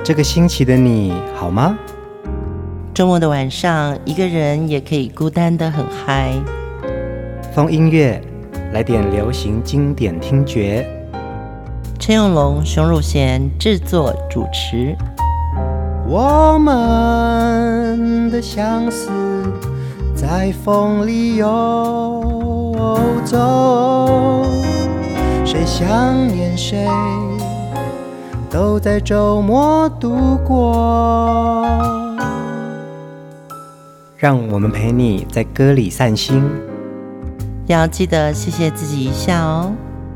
这个星期的你好吗？ 周末的晚上，一个人也可以孤单得很嗨。 风音乐，来点流行经典听觉。 陈永龙、熊汝贤制作主持。 我们的相思在风里游走，谁想念谁，都在周末度过。让我们陪你在歌里散心， 要记得谢谢自己一下哦。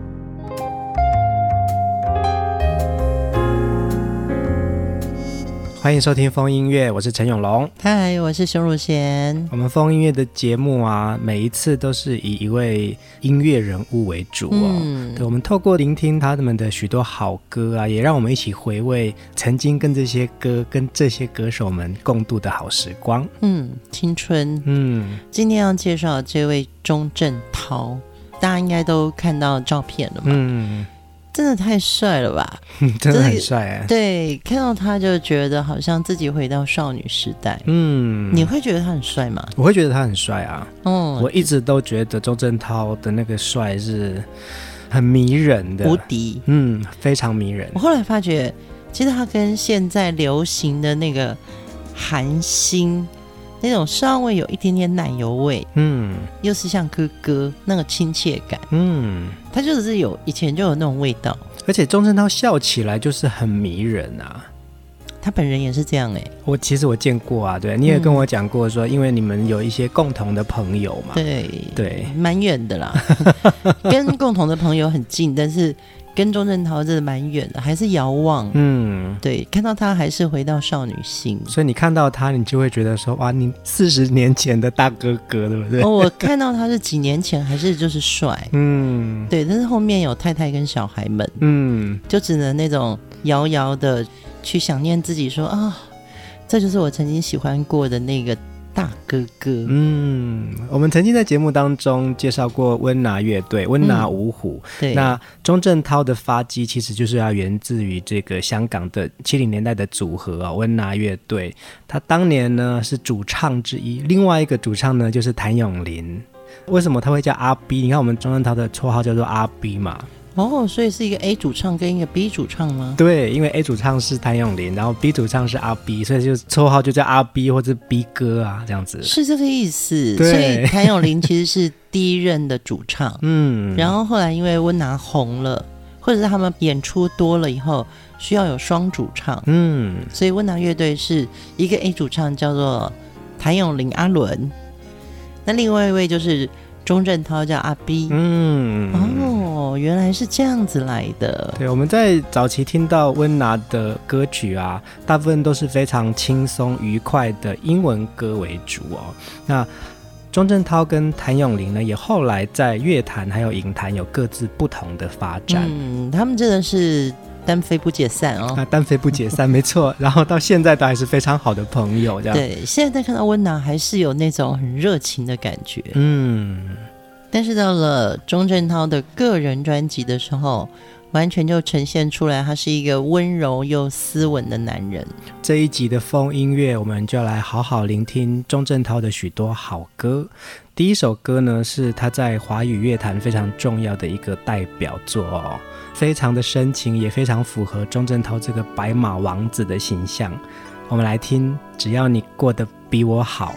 欢迎收听风音乐，我是陈永龙。 嗨，我是熊汝贤。 我们风音乐的节目啊，每一次都是以一位音乐人物为主哦。对，我们透过聆听他们的许多好歌啊，也让我们一起回味曾经跟这些歌手们共度的好时光。 青春。今天要介绍这位钟镇涛，大家应该都看到照片了嘛？真的太帅了吧！ 真的很帅哎。 对，看到他就觉得好像自己回到少女时代。你会觉得他很帅吗？ 我会觉得他很帅啊。我一直都觉得钟镇涛的那个帅是很迷人的， 无敌。 非常迷人。 我后来发觉，其实他跟现在流行的那个韩星那种稍微有一点点奶油味，又是像哥哥那个亲切感，他就是以前就有那种味道。 而且钟镇涛笑起来就是很迷人啊。 他本人也是这样哎。 其实我见过啊，对，你也跟我讲过说，因为你们有一些共同的朋友嘛。对， 蛮远的啦，跟共同的朋友很近，但是跟钟镇涛真的蛮远的，还是遥望。对，看到他还是回到少女心。 所以你看到他，你就会觉得说，哇，你40年前的大哥哥，对不对？ 我看到他是几年前，还是就是帅。对，但是后面有太太跟小孩们，就只能那种遥遥的去想念自己说啊，这就是我曾经喜欢过的那个大哥哥。 我们曾经在节目当中介绍过温拿乐队，温拿五虎。 对， 那钟镇涛的发迹其实就是要源自于这个香港的70年代的组合温拿乐队。他当年呢是主唱之一，另外一个主唱呢就是谭咏麟。为什么他会叫阿 B？ 你看我们钟镇涛的绰号叫做阿 B 嘛。 所以是一个 A 主唱跟一个 B 主唱吗？ 对，因为 A 主唱是谭咏麟，然后 B 主唱是阿 B， 所以就绰号就叫阿 B 或者 B 哥啊，这样子。是这个意思。所以谭咏麟其实是第一任的主唱，然后后来因为温拿红了，或者是他们演出多了以后需要有双主唱，所以温拿乐队是一个 A 主唱叫做谭咏麟阿伦，那另外一位就是钟镇涛叫阿 B。原来是这样子来的。对， 我们在早期听到温拿的歌曲啊，大部分都是非常轻松愉快的英文歌为主哦。那钟镇涛跟谭咏麟呢，也后来在乐坛还有影坛有各自不同的发展。 他们真的是单飞不解散哦。 单飞不解散，没错。然后到现在都还是非常好的朋友，这样。 对，现在看到温拿还是有那种很热情的感觉。但是到了钟镇涛的个人专辑的时候，完全就呈现出来他是一个温柔又斯文的男人。 这一集的风音乐，我们就来好好聆听钟镇涛的许多好歌。第一首歌呢，是他在华语乐坛非常重要的一个代表作哦，非常的深情，也非常符合钟镇涛这个白马王子的形象。我们来听《只要你过得比我好》。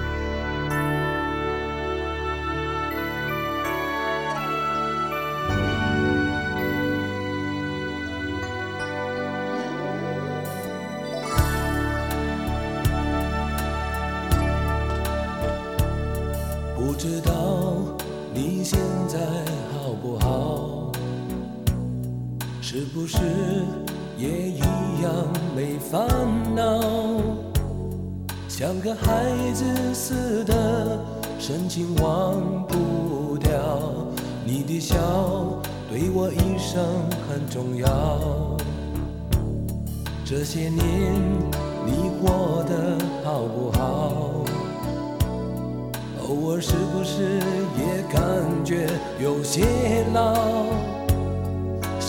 不知道你现在好不好，是不是也一样没烦恼，像个孩子似的深情忘不掉，你的笑对我一生很重要，这些年你过得好不好，偶尔是不是也感觉有些老，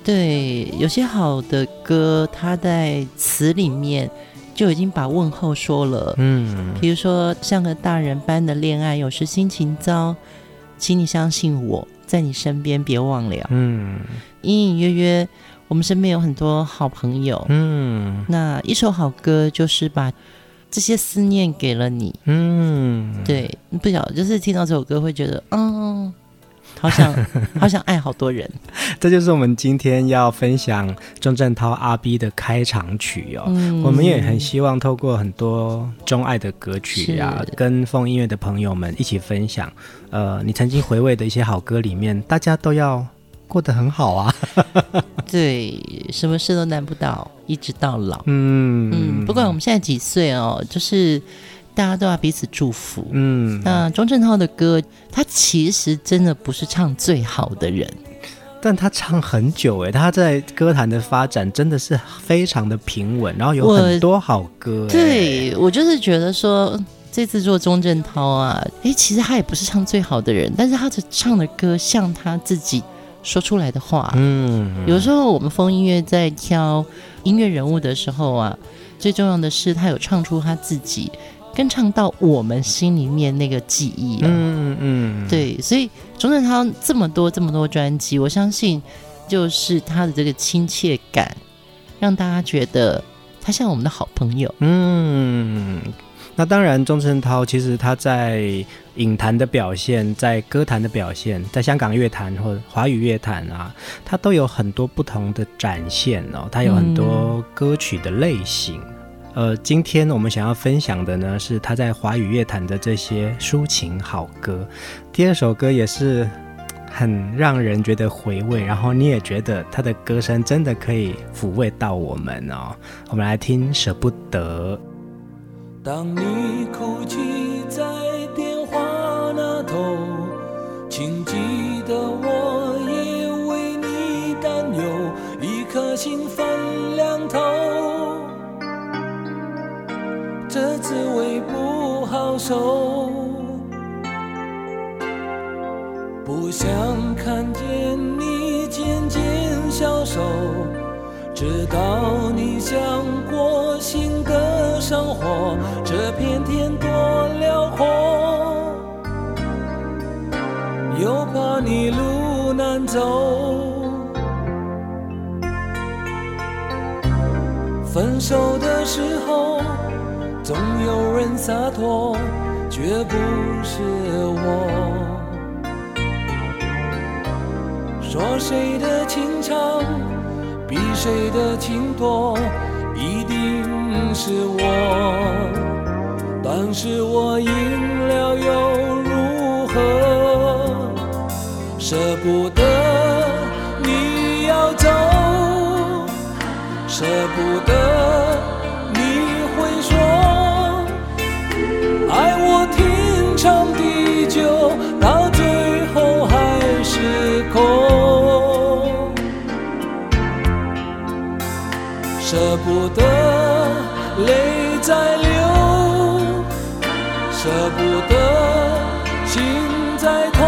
对，有些好的歌，它在词里面就已经把问候说了。比如说像个大人般的恋爱，有时心情糟，请你相信我，在你身边别忘了。隐隐约约，我们身边有很多好朋友。那一首好歌就是把这些思念给了你。对，不晓得就是听到这首歌会觉得，好想爱好多人。 这就是我们今天要分享钟镇涛阿 B 的开场曲哦。我们也很希望透过很多钟爱的歌曲啊，跟风音乐的朋友们一起分享。你曾经回味的一些好歌里面，大家都要过得很好啊。 对，什么事都难不倒，一直到老。不管我们现在几岁哦，就是大家都要彼此祝福。那钟镇涛的歌，他其实真的不是唱最好的人， 但他唱很久耶，他在歌坛的发展真的是非常的平稳，然后有很多好歌。 对，我就是觉得说这次做钟镇涛啊，其实他也不是唱最好的人，但是他唱的歌像他自己说出来的话。有时候我们风音乐在挑音乐人物的时候啊，最重要的是他有唱出他自己，跟唱到我们心里面那个记忆。对，所以钟镇涛这么多专辑，我相信就是他的这个亲切感，让大家觉得他像我们的好朋友。 那当然钟镇涛其实他在影坛的表现，在歌坛的表现，在香港乐坛或者华语乐坛啊，他都有很多不同的展现哦，他有很多歌曲的类型。今天我们想要分享的呢，是他在华语乐坛的这些抒情好歌。第二首歌也是很让人觉得回味，然后你也觉得他的歌声真的可以抚慰到我们哦。我们来听舍不得。 当你哭泣在电话那头，请记得我也为你担忧，一颗心分两头，这滋味不好受，不想看见你渐渐消瘦，直到你想过新的生活，这片天多辽阔，又怕你路难走。分手的时候总有人洒脱，绝不是我。说谁的情长比谁的情多，一定是我，但是我赢了又如何？舍不得你要走，舍不得你会说爱我天长地久，到最后还是空。舍不得泪在流，舍不得心在痛，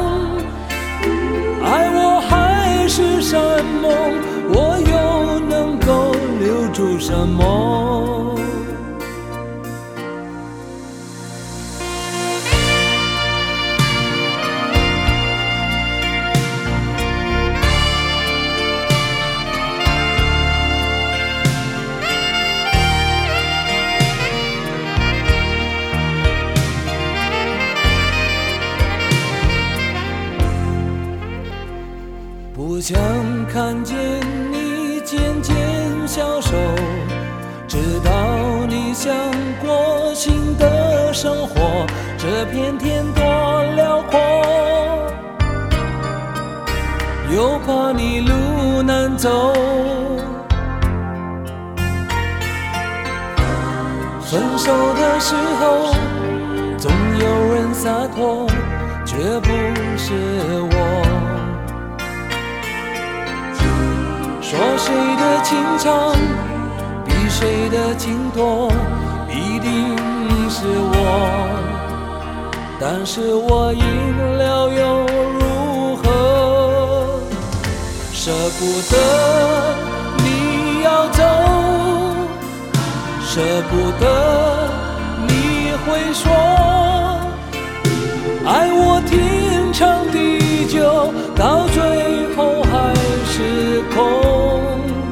爱我还是山盟，我又能够留住什么？不想看见你渐渐消瘦，直到你想过新的生活，这片天多辽阔，又怕你路难走。分手的时候总有人洒脱，绝不是我。说谁的情长比谁的情多，一定是我，但是我赢了又如何？ 舍不得你要走，舍不得你会说爱我天长地久，到最后还是空。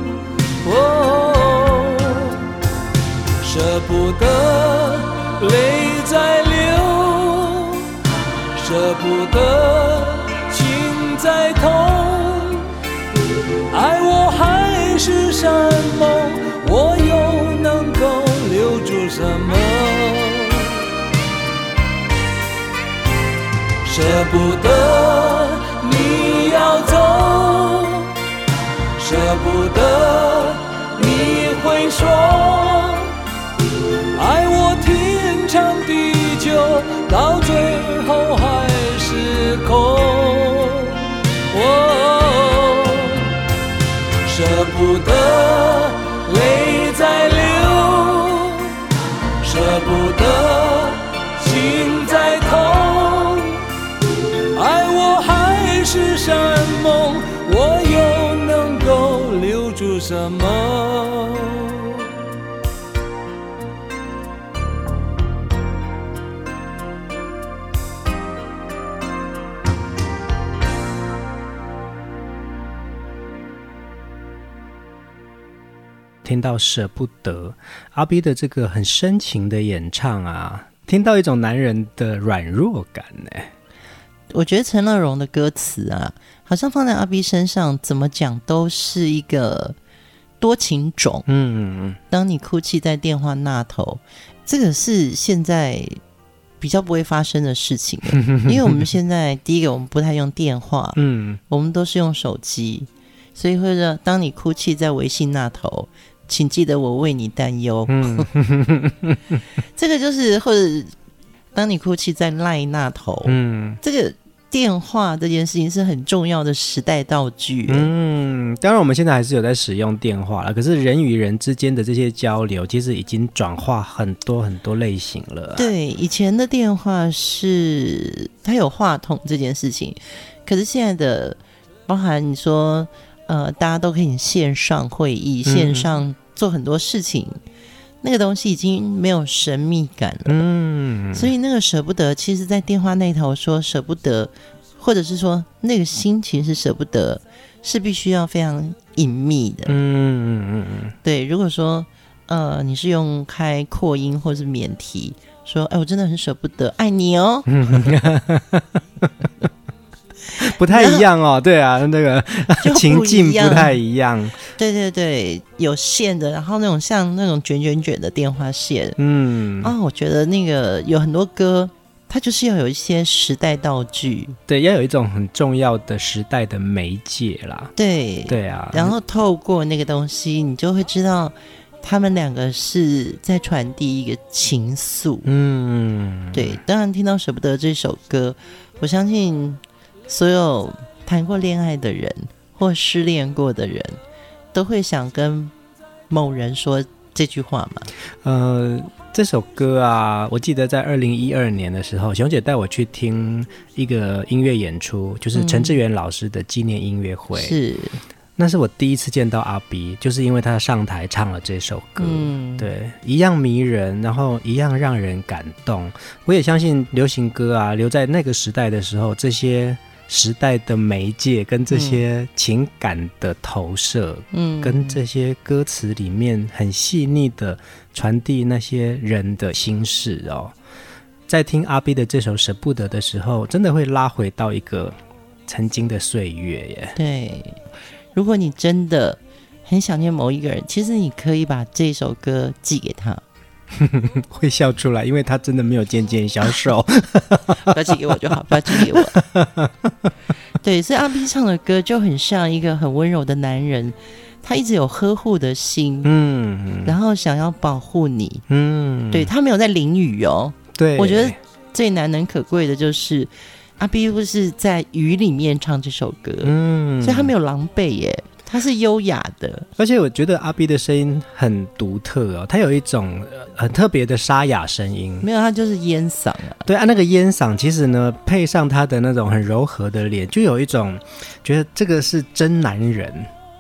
舍不得泪在流，舍不得情在痛，爱我还是山盟，我又能够留住什么？舍不得你要走，舍不得你会说爱我天长地久，到最后还是空。舍不得泪在流，舍不得情在痛，爱我还是山盟，我又能够留住什么？ 听到舍不得，阿 B 的这个很深情的演唱啊，听到一种男人的软弱感呢。 我觉得陈乐融的歌词啊，好像放在阿 B 身上怎么讲都是一个多情种。当你哭泣在电话那头，这个是现在比较不会发生的事情因为我们现在第一个我们不太用电话，我们都是用手机，所以会说当你哭泣在微信那头，请记得我为你担忧。这个就是或者当你哭泣在 LINE 那头，这个电话这件事情是很重要的时代道具。 当然我们现在还是有在使用电话了，可是人与人之间的这些交流其实已经转化很多很多类型了。 对，以前的电话是它有话筒这件事情，可是现在的包含你说大家都可以线上会议，线上做很多事情，那个东西已经没有神秘感了。所以那个舍不得，其实在电话那头说舍不得，或者是说那个心情是舍不得，是必须要非常隐秘的。对，如果说你是用开扩音或是免提说我真的很舍不得爱你哦不太一样哦。对啊，那个情境不太一样。 对对对，有线的，然后那种像那种卷卷卷的电话线。我觉得那个有很多歌它就是要有一些时代道具。对， 要有一种很重要的时代的媒介啦。 对对啊， 然后透过那个东西你就会知道他们两个是在传递一个情愫。对，当然听到舍不得这首歌，我相信所有谈过恋爱的人或失恋过的人都会想跟某人说这句话嘛。 这首歌啊，我记得在2012年的时候，熊姐带我去听一个音乐演出，就是陈志远老师的纪念音乐会。 是， 那是我第一次见到阿 B， 就是因为他上台唱了这首歌。对，一样迷人，然后一样让人感动。我也相信流行歌啊，留在那个时代的时候，这些时代的媒介跟这些情感的投射，跟这些歌词里面很细腻的传递那些人的心事哦。在听阿 B 的这首舍不得的时候，真的会拉回到一个曾经的岁月耶。 对，如果你真的很想念某一个人，其实你可以把这首歌寄给他。 会笑出来，因为他真的没有渐渐消瘦。 不要寄给我就好，不要寄给我。对，所以阿 B 唱的歌就很像一个很温柔的男人，他一直有呵护的心，然后想要保护你。对，他没有在淋雨哦。 对， 我觉得最难能可贵的就是阿 B 是在雨里面唱这首歌，所以他没有狼狈耶。 它是优雅的， 而且我觉得阿 B 的声音很独特哦，他有一种很特别的沙哑声音。 没有，他就是烟嗓啊。 对啊，那个烟嗓其实呢，配上他的那种很柔和的脸，就有一种觉得这个是真男人，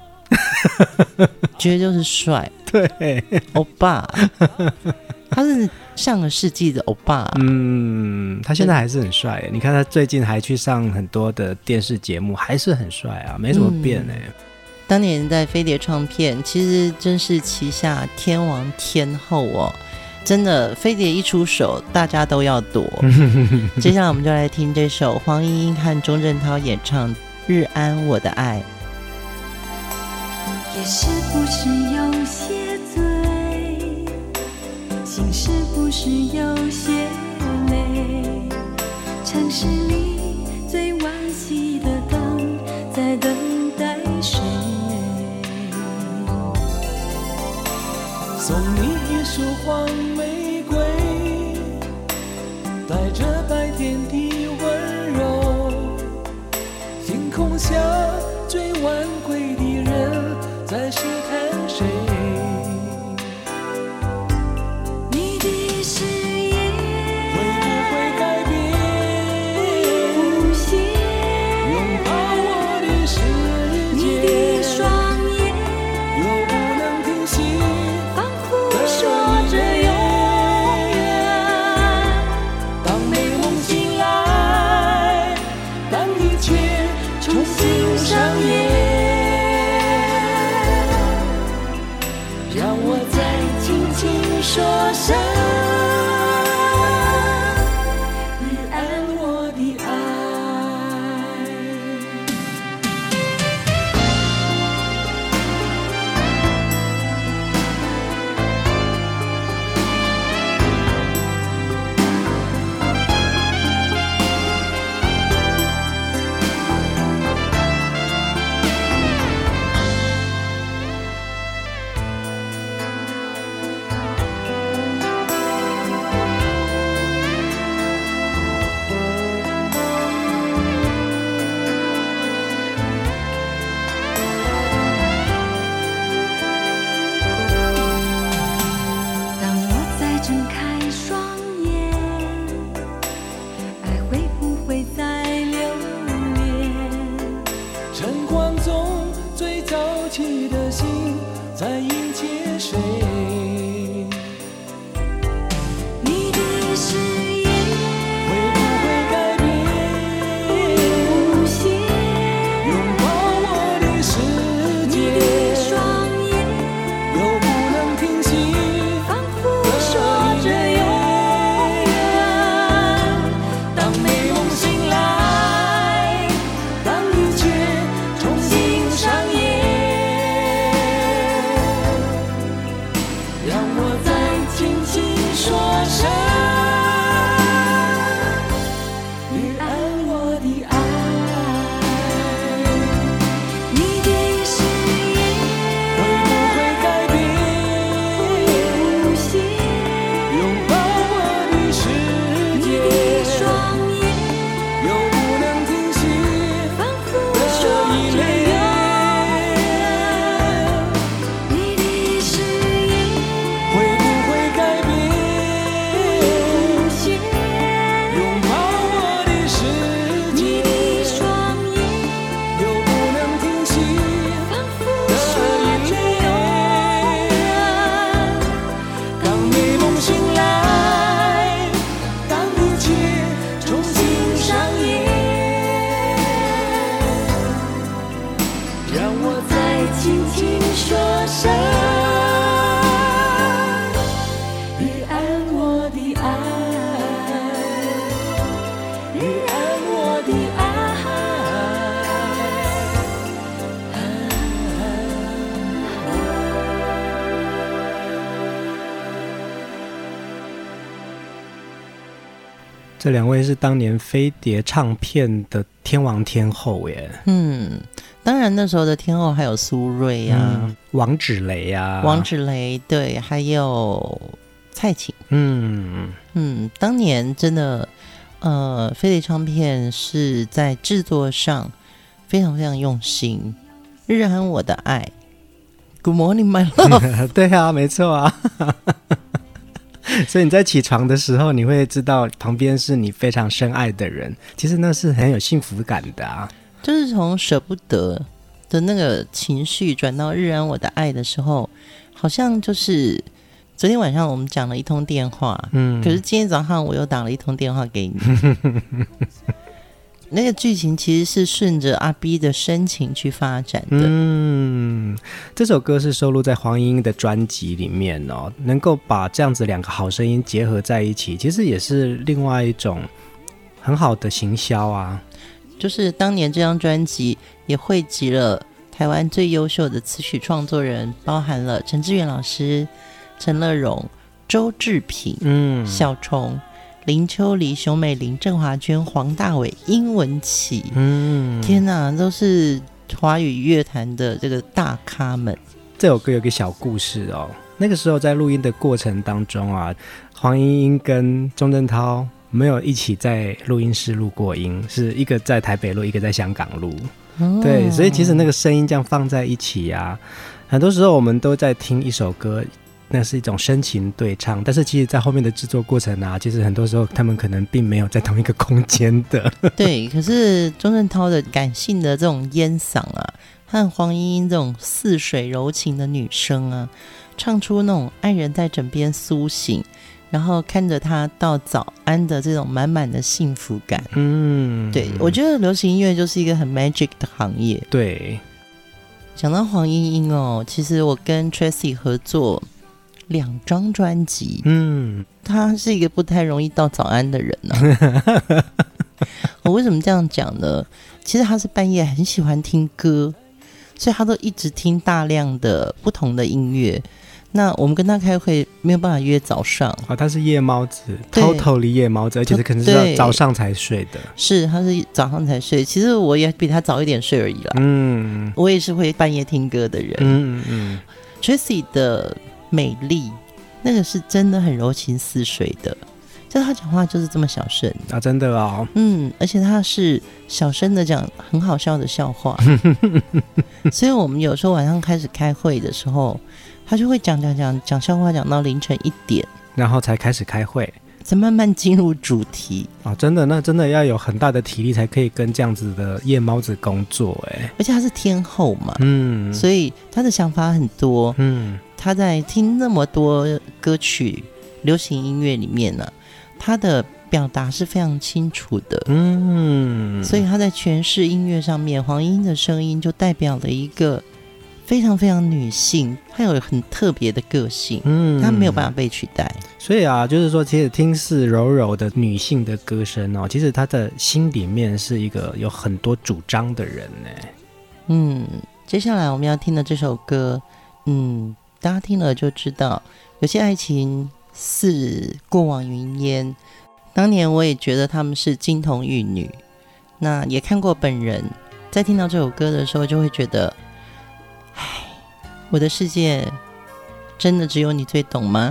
觉得就是帅， 对， 欧巴，他是上个世纪的欧巴。 他现在还是很帅耶，你看他最近还去上很多的电视节目，还是很帅啊，没什么变哎。 当年在飞碟唱片，其实真是旗下天王天后哦，真的飞碟一出手，大家都要躲。接下来我们就来听这首黄莺莺和钟镇涛演唱《日安我的爱》。 夜是不是有些醉，心是不是有些累，城市里最惋惜的灯在等待谁， 送你一束黄玫瑰，带着白天的温柔，星空下最晚归的人在试探谁， 你的誓言会不会改变？ 不行， 拥抱我的世界， 你的双眼又不能停息， 仿佛说着永远。 当美梦醒来，当一切重新上演，让我再轻轻说声日安我的爱。 当我再睁开双眼，爱会不会再留恋？ 晨光中最早起的心在迎接谁？ 你的誓言会不会改变？ 不行， 拥抱我的世你界， 的双眼又不能停息， 仿佛说着永远。 当美梦醒来，当一切重新上演，让我再轻轻说声日安我的爱。 你的誓言会不会改变？ 不行， 拥抱我的世你界， 的双眼又不能停息仿佛说着永远。你的誓言会不会改变？ 不行， 拥抱我的世你界， 的双眼又不能停息仿佛说着永远。 当美梦醒来，当一切重新上演，让我再轻轻说声日安我的爱，日安我的这两位是当年飞碟唱片的天王天后耶。 当然那时候的天后还有苏芮啊、 王芷蕾啊， 王芷蕾，对，还有蔡琴。当年真的，飞碟唱片是在制作上非常非常用心， 日安我的爱 Good morning my love 对啊，没错啊所以你在起床的时候，你会知道旁边是你非常深爱的人，其实那是很有幸福感的啊。 就是从舍不得的那个情绪转到日安我的爱的时候，好像就是昨天晚上我们讲了一通电话，可是今天早上我又打了一通电话给你那个剧情其实是顺着阿 B 的深情去发展的。 这首歌是收录在黄莺莺的专辑里面哦，能够把这样子两个好声音结合在一起，其实也是另外一种很好的行销啊。 就是当年这张专辑也汇集了台湾最优秀的词曲创作人，包含了陈志远老师、陈乐融、周志平、小虫、林秋离、熊美玲、郑华娟、黄大炜、殷文琪，天哪，都是华语乐坛的这个大咖们。 这首歌有个小故事哦，那个时候在录音的过程当中啊，黄莺莺跟钟镇涛没有一起在录音室录过音，是一个在台北录，一个在香港录。对，所以其实那个声音这样放在一起啊，很多时候我们都在听一首歌，那是一种深情对唱，但是其实在后面的制作过程啊，其实很多时候他们可能并没有在同一个空间的对，可是钟镇涛的感性的这种烟嗓啊，和黄莺莺这种似水柔情的女声啊，唱出那种爱人在枕边苏醒，然后看着他到早安的这种满满的幸福感。对，我觉得流行音乐就是一个很 magic 的行业。 对， 讲到黄莺莺哦，其实我跟 Tracy 合作2张专辑，他是一个不太容易到早安的人啊我为什么这样讲呢？其实他是半夜很喜欢听歌，所以他都一直听大量的不同的音乐。那我们跟他开会没有办法约早上他是夜猫子 totally 夜猫子，而且是可能是早上才睡的。 是，他是早上才睡，其实我也比他早一点睡而已啦。我也是会半夜听歌的人。Tracy 的美丽那个是真的很柔情似水的，就他讲话就是这么小声啊，真的哦。 而且他是小声的讲很好笑的笑话所以我们有时候晚上开始开会的时候，他就会讲笑话讲到凌晨1点， 然后才开始开会， 再慢慢进入主题真的，那真的要有很大的体力才可以跟这样子的夜猫子工作而且他是天后嘛，所以他的想法很多。他在听那么多歌曲流行音乐里面呢，他的表达是非常清楚的。所以他在诠释音乐上面，黄莺莺的声音就代表了一个非常非常女性，她有很特别的个性，她没有办法被取代。 所以啊，就是说其实听似柔柔的女性的歌声哦，其实她的心里面是一个有很多主张的人呢。 接下来我们要听的这首歌，大家听了就知道，有些爱情似过往云烟，当年我也觉得他们是金童玉女，那也看过本人，在听到这首歌的时候就会觉得，我的世界真的只有你最懂吗？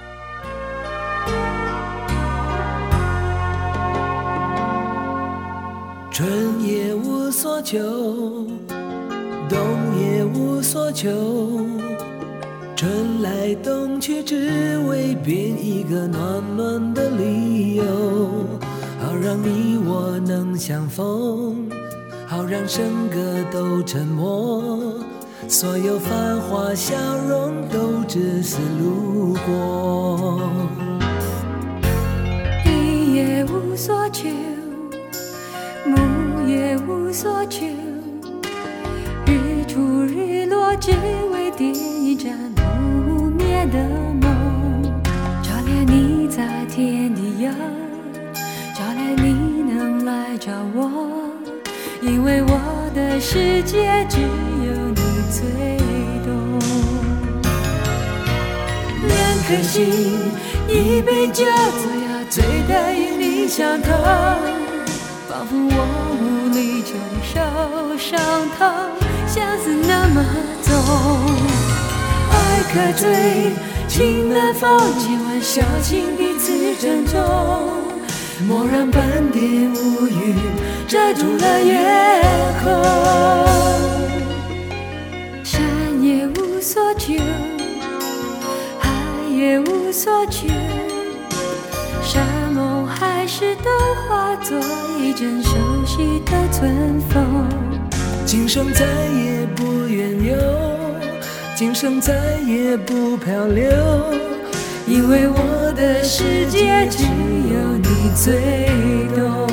春也无所求，冬也无所求，春来冬去只为编一个暖暖的理由，好让你我能相逢，好让笙歌都沉默，所有繁华笑容都只是路过。 一也无所求，木也无所求，日出日落只为点一盏不灭的梦，照亮你在天地游，照亮你能来找我，因为我的世界只有你最懂。两颗心一杯酒，最要醉得与你相同，仿佛我无力承受伤痛，相思那么重。爱可醉，情难逢，千万小心彼此珍重，莫让半点乌云遮住了夜空。 所求，海也无所求，山盟海誓都化作一阵熟悉的春风。 今生再也不远游，今生再也不漂流，因为我的世界只有你最懂。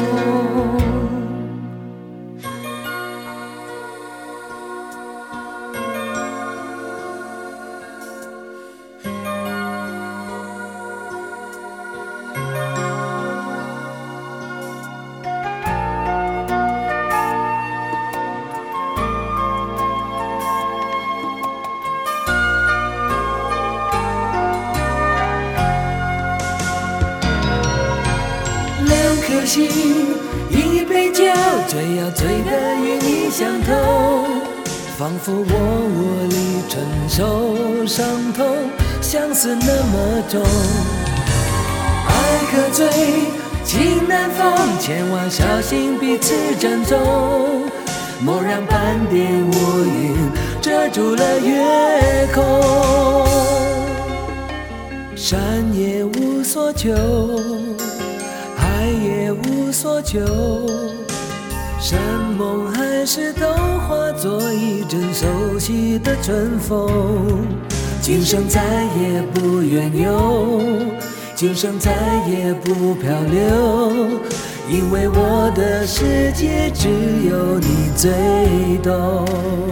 心一杯酒，醉要醉得与你相同，仿佛我里承受伤痛，相思那么重。爱可醉，情难逢，千万小心彼此珍重，莫让半点乌云遮住了月空。山也无所求，海也无所求，山盟海誓都化作一阵熟悉的春风。今生再也不远游，今生再也不漂流，因为我的世界只有你最懂。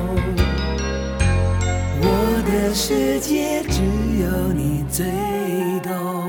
我的世界只有你最懂。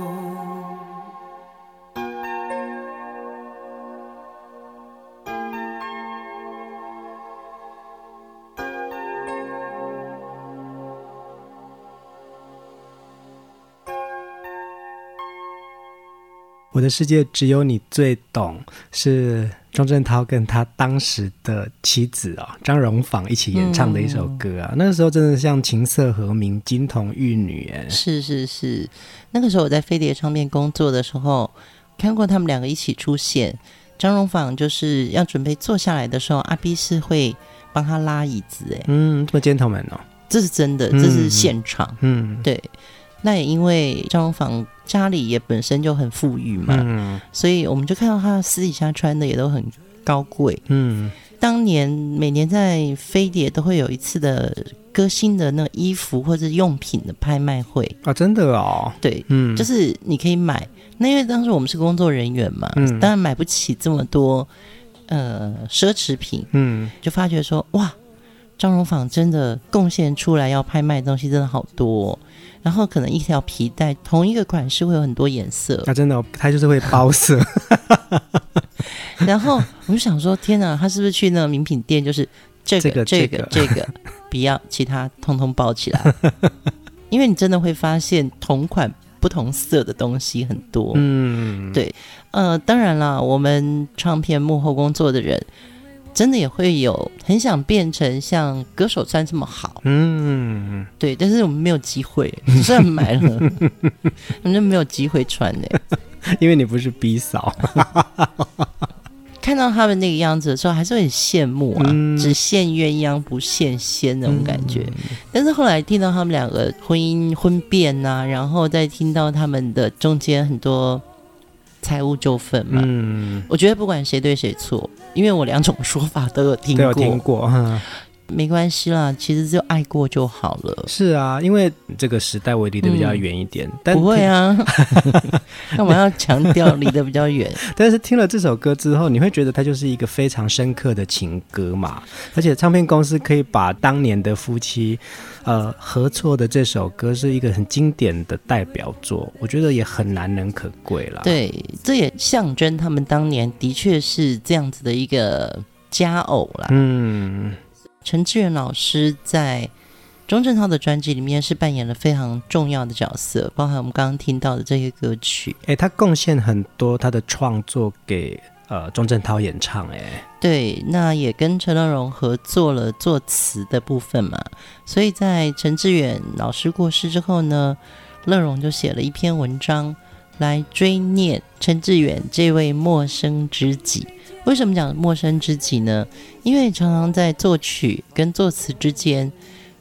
我的世界只有你最懂，是钟镇涛跟他当时的妻子张荣芳一起演唱的一首歌啊。那个时候真的像琴瑟和鸣，金童玉女耶。 是是是，那个时候我在飞碟唱片工作的时候，看过他们两个一起出现。张荣芳就是要准备坐下来的时候，阿 B 是会帮他拉椅子哎。 这么 gentleman 哦， 这是真的，这是现场。对。那也因为张荣芳家里也本身就很富裕嘛，所以我们就看到他私底下穿的也都很高贵。当年每年在飞碟都会有一次的歌星的那个衣服或者用品的拍卖会啊，真的哦。 对，就是你可以买。那因为当时我们是工作人员嘛，当然买不起这么多奢侈品，就发觉说哇，张荣芳真的贡献出来要拍卖的东西真的好多哦。然后可能一条皮带同一个款式会有很多颜色真的它就是会包色然后我就想说天哪，他是不是去那个名品店，就是这个不要，其他通通包起来因为你真的会发现同款不同色的东西很多。对，当然啦，我们唱片幕后工作的人真的也会有很想变成像歌手穿这么好，对，但是我们没有机会，虽然买了我们就没有机会穿因为你不是 B 嫂看到他们那个样子的时候还是会很羡慕啊，只羡鸳鸯不羡仙那种感觉。但是后来听到他们两个婚姻婚变啊，然后再听到他们的中间很多财务纠纷嘛，我觉得不管谁对谁错，因为我两种说法都有听过，没关系啦，其实就爱过就好了。 是啊，因为这个时代我离得比较远一点，但不会啊干嘛要强调离得比较远但是听了这首歌之后，你会觉得它就是一个非常深刻的情歌嘛，而且唱片公司可以把当年的夫妻合作的这首歌是一个很经典的代表作，我觉得也很难能可贵啦。 对，这也象征他们当年的确是这样子的一个佳偶啦。陈志远老师在钟镇涛的专辑里面是扮演了非常重要的角色，包含我们刚刚听到的这些歌曲。 他贡献很多他的创作给钟镇涛演唱。 对，那也跟陈乐融合作了作词的部分嘛，所以在陈志远老师过世之后呢，乐融就写了一篇文章来追念陈志远这位陌生知己。为什么讲陌生知己呢？因为常常在作曲跟作词之间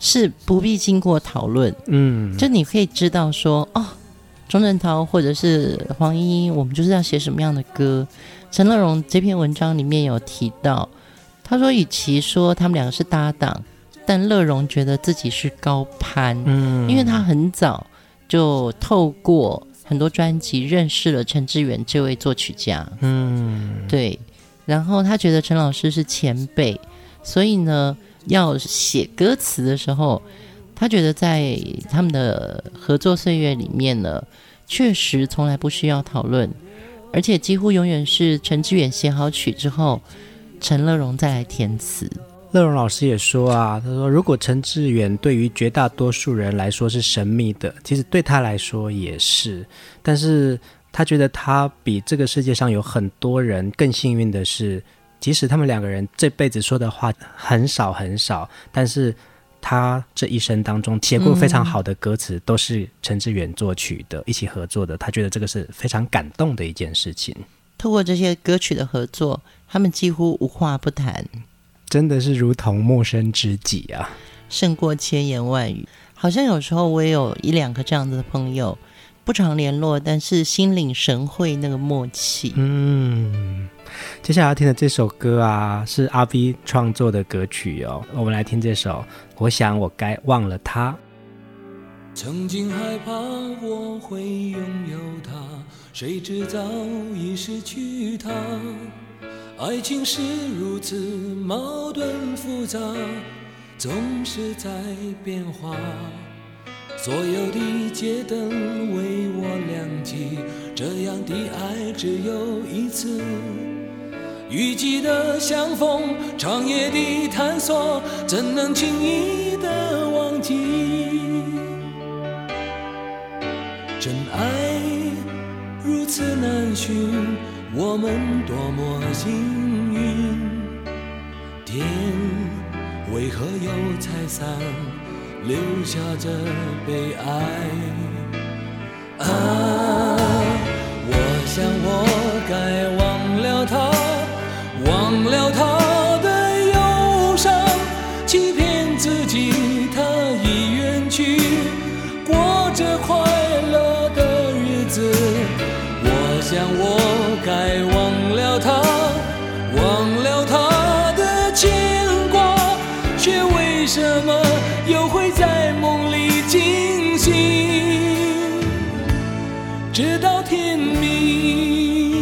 是不必经过讨论，就你可以知道说，钟镇涛或者是黄莺莺，我们就是要写什么样的歌。陈乐融这篇文章里面有提到，他说与其说他们两个是搭档，但乐融觉得自己是高攀，因为他很早就透过很多专辑认识了陈志远这位作曲家，对，然后他觉得陈老师是前辈，所以呢要写歌词的时候，他觉得在他们的合作岁月里面呢，确实从来不需要讨论，而且几乎永远是陈志远写好曲之后，陈乐融再来填词。 乐融老师也说啊，他说如果陈志远对于绝大多数人来说是神秘的，其实对他来说也是，但是他觉得他比这个世界上有很多人更幸运的是，即使他们两个人这辈子说的话很少很少，但是他这一生当中写过非常好的歌词，都是陈志远作曲的，一起合作的，他觉得这个是非常感动的一件事情。 透过这些歌曲的合作，他们几乎无话不谈， 真的是如同陌生知己啊， 胜过千言万语。好像有时候我也有一两个这样子的朋友，不常联络，但是心领神会那个默契。 接下来要听的这首歌啊，是阿 V 创作的歌曲哦。我们来听这首我想我该忘了他。 曾经害怕我会拥有他，谁知早已失去他。爱情是如此矛盾复杂，总是在变化，所有的街灯为我亮起，这样的爱只有一次。雨季的相逢，长夜的探索，怎能轻易地忘记？真爱如此难寻，我们多么幸运。天为何又拆散，留下这悲哀？我想我该忘了他，忘了他的忧伤，欺骗自己他已远去，过着快乐的日子。我想我该忘了他，忘了他的牵挂，却为什么又会在梦里惊醒，直到天明。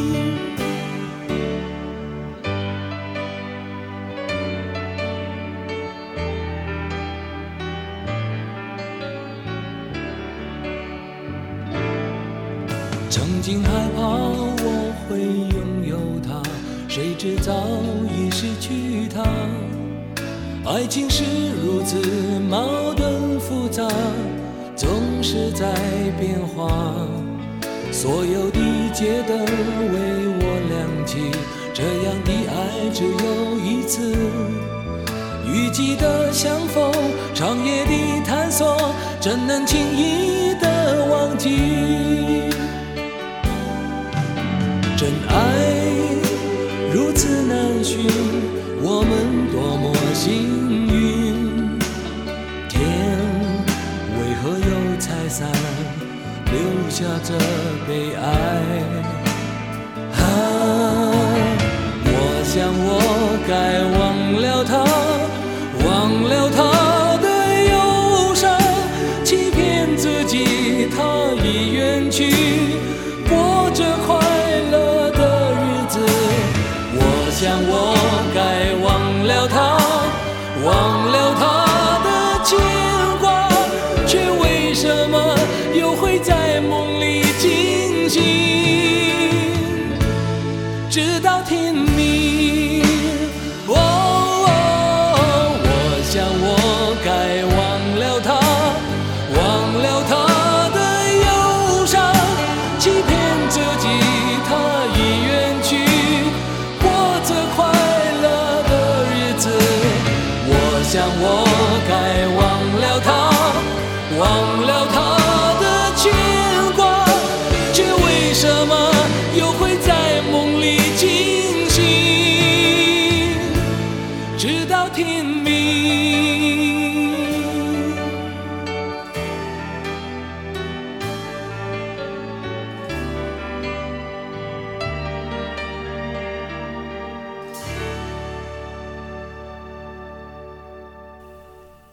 曾经害怕我会拥有他，谁知早已失去他。爱情是如此矛盾复杂，总是在变化，所有的街灯为我亮起，这样的爱只有一次。雨季的相逢，长夜的探索，怎能轻易地忘记？真爱如此难寻，我们多么幸运。天为何又拆散，留下这悲哀？我想我该忘了他，忘了他的忧伤，欺骗自己他已远去，过着快乐的日子。我想我该忘了他，忘了他的牵挂，却为什么又会在梦里惊醒，直到天明。我想我该忘了他，忘了他的忧伤，欺骗自己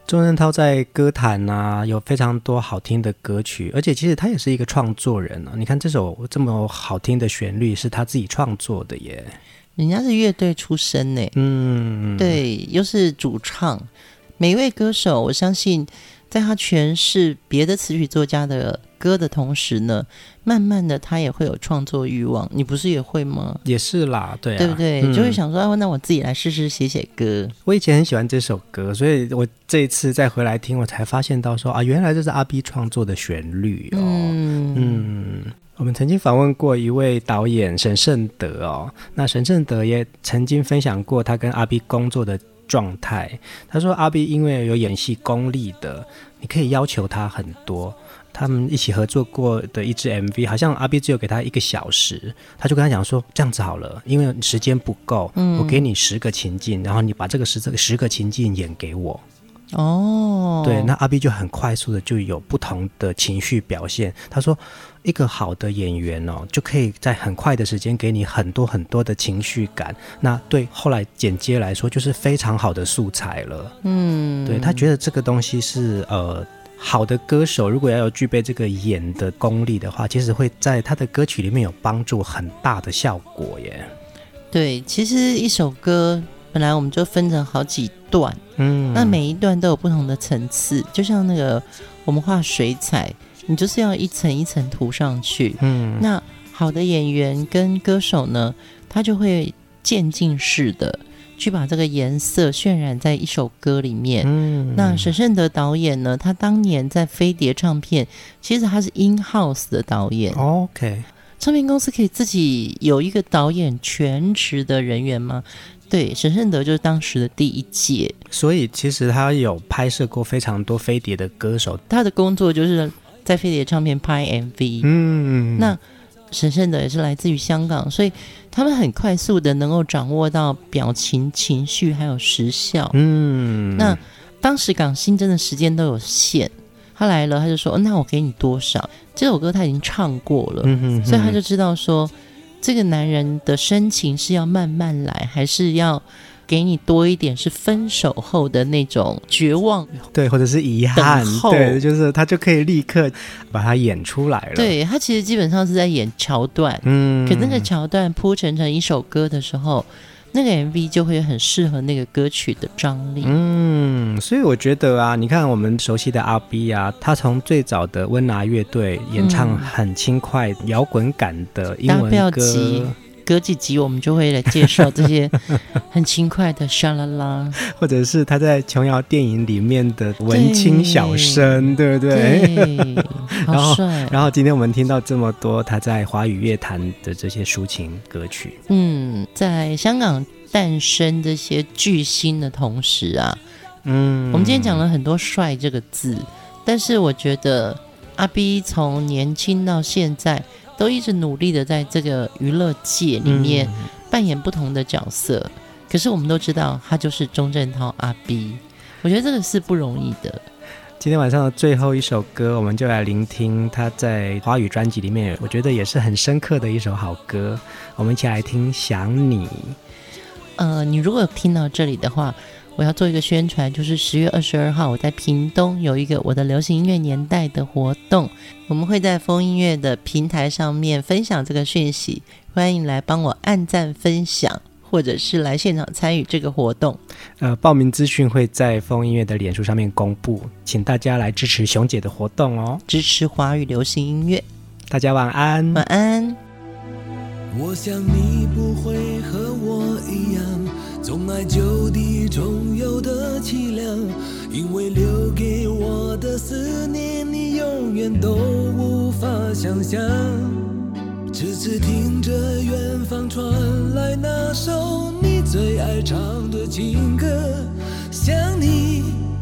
钟镇涛在歌坛啊有非常多好听的歌曲，而且其实他也是一个创作人啊。你看这首这么好听的旋律是他自己创作的耶， 人家是乐队出身呢，对，又是主唱。每一位歌手，我相信在他诠释别的词曲作家的歌的同时呢，慢慢的他也会有创作欲望。你不是也会吗？也是啦，对啊， 对不对？就会想说，那我自己来试试写写歌。 我以前很喜欢这首歌，所以我这一次再回来听，我才发现到说啊，原来这是阿 B 创作的旋律哦。我们曾经访问过一位导演沈胜德哦，那沈胜德也曾经分享过他跟阿 B 工作的状态。他说阿 B 因为有演戏功力的，你可以要求他很多。他们一起合作过的一支 MV， 好像阿 B 只有给他1个小时，他就跟他讲说这样子好了，因为时间不够，我给你10个情境，然后你把这个10个情境演给我。对，那阿 B 就很快速的就有不同的情绪表现。他说一个好的演员哦，就可以在很快的时间给你很多很多的情绪感，那对后来剪接来说就是非常好的素材了。对，他觉得这个东西是好的歌手如果要有具备这个演的功力的话，其实会在他的歌曲里面有帮助很大的效果耶。 对，其实一首歌本来我们就分成好几段，那每一段都有不同的层次，就像那个我们画水彩，你就是要一层一层涂上去。那好的演员跟歌手呢，他就会渐进式的去把这个颜色渲染在一首歌里面。那沈胜德导演呢，他当年在飞碟唱片，其实他是 in-house 的导演。 OK， 唱片公司可以自己有一个导演全职的人员吗？对，沈胜德就是当时的第1届， 所以其实他有拍摄过非常多飞碟的歌手， 他的工作就是在飞碟唱片拍 MV。那沈胜德也是来自于香港，所以他们很快速的能够掌握到表情、情绪还有时效。那当时港星真的时间都有限，他来了他就说，那我给你多少？这首歌他已经唱过了，所以他就知道说这个男人的深情是要慢慢来，还是要给你多一点是分手后的那种绝望， 对，或者是遗憾，对，就是他就可以立刻把它演出来了。 对，他其实基本上是在演桥段，可那个桥段铺成一首歌的时候，那个 MV 就会很适合那个歌曲的张力。 所以我觉得啊，你看我们熟悉的阿 B 啊，他从最早的温拿乐队演唱很轻快摇滚感的英文歌， 隔几集我们就会来介绍这些很轻快的沙啦啦， 或者是他在琼瑶电影里面的文青小生， 对不对？ 对，好帅。 然后今天我们听到这么多他在华语乐坛的这些抒情歌曲， 在香港诞生这些巨星的同时啊，我们今天讲了很多帅这个字，但是我觉得阿 B 从年轻到现在都一直努力的在这个娱乐界里面扮演不同的角色，可是我们都知道他就是钟镇涛阿 B， 我觉得这个是不容易的。 今天晚上的最后一首歌，我们就来聆听他在华语专辑里面我觉得也是很深刻的一首好歌，我们一起来听想你。 你如果有听到这里的话，我要做一个宣传，就是10月22号我在屏东有一个我的流行音乐年代的活动，我们会在风音乐的平台上面分享这个讯息，欢迎来帮我按赞分享，或者是来现场参与这个活动。 报名资讯会在风音乐的脸书上面公布，请大家来支持熊姐的活动哦， 支持华语流行音乐。 大家晚安。 晚安。 我想你不会和我一样总爱旧地重游的凄凉，因为留给我的思念你永远都无法想象，只是听着远方传来那首你最爱唱的情歌，想你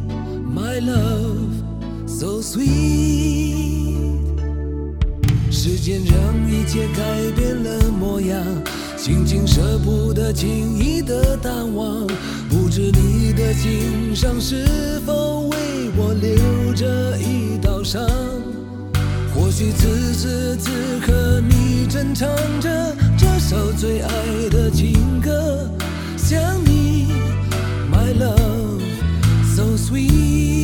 My love so sweet， 时间让一切改变了模样，心情舍不得轻易的淡忘，不知你的心上是否为我留着一道伤，或许此时此刻你正唱着这首最爱的情歌，想你 My love so sweet。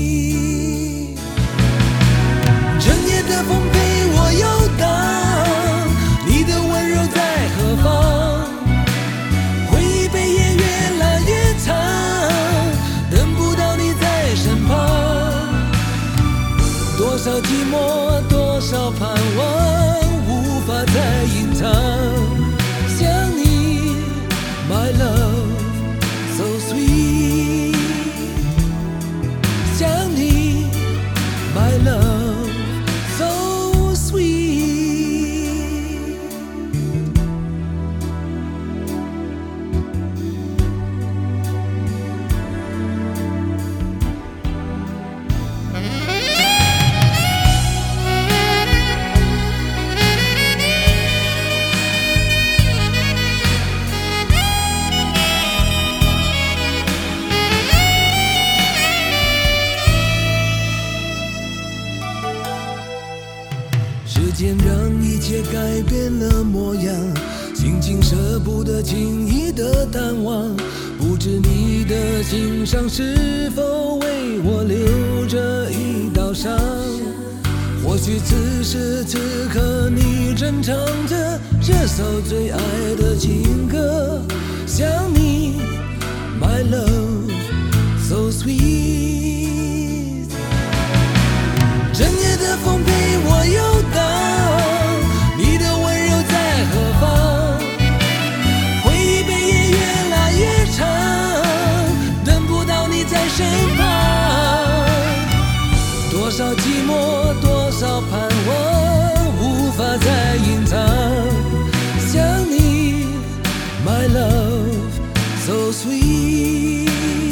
改变了模样，心情舍不得轻易的淡忘，不知你的心上是否为我留着一道伤。或许此时此刻你正唱着这首最爱的情歌，想你 My love so sweet。 整夜的风陪我游荡，你的温柔在何方？回忆被夜越来越长，等不到你在身旁。多少寂寞，多少盼望，无法再隐藏。想你 My love so sweet。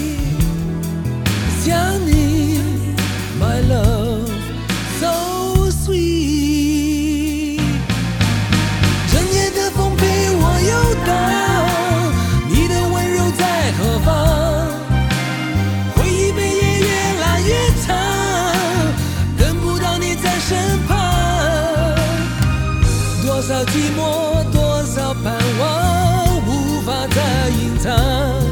想你 My love so sweet。 整夜的风陪我游荡，你的温柔在何方？回忆被夜越来越长，等不到你在身旁。多少寂寞，多少盼望，无法再隐藏。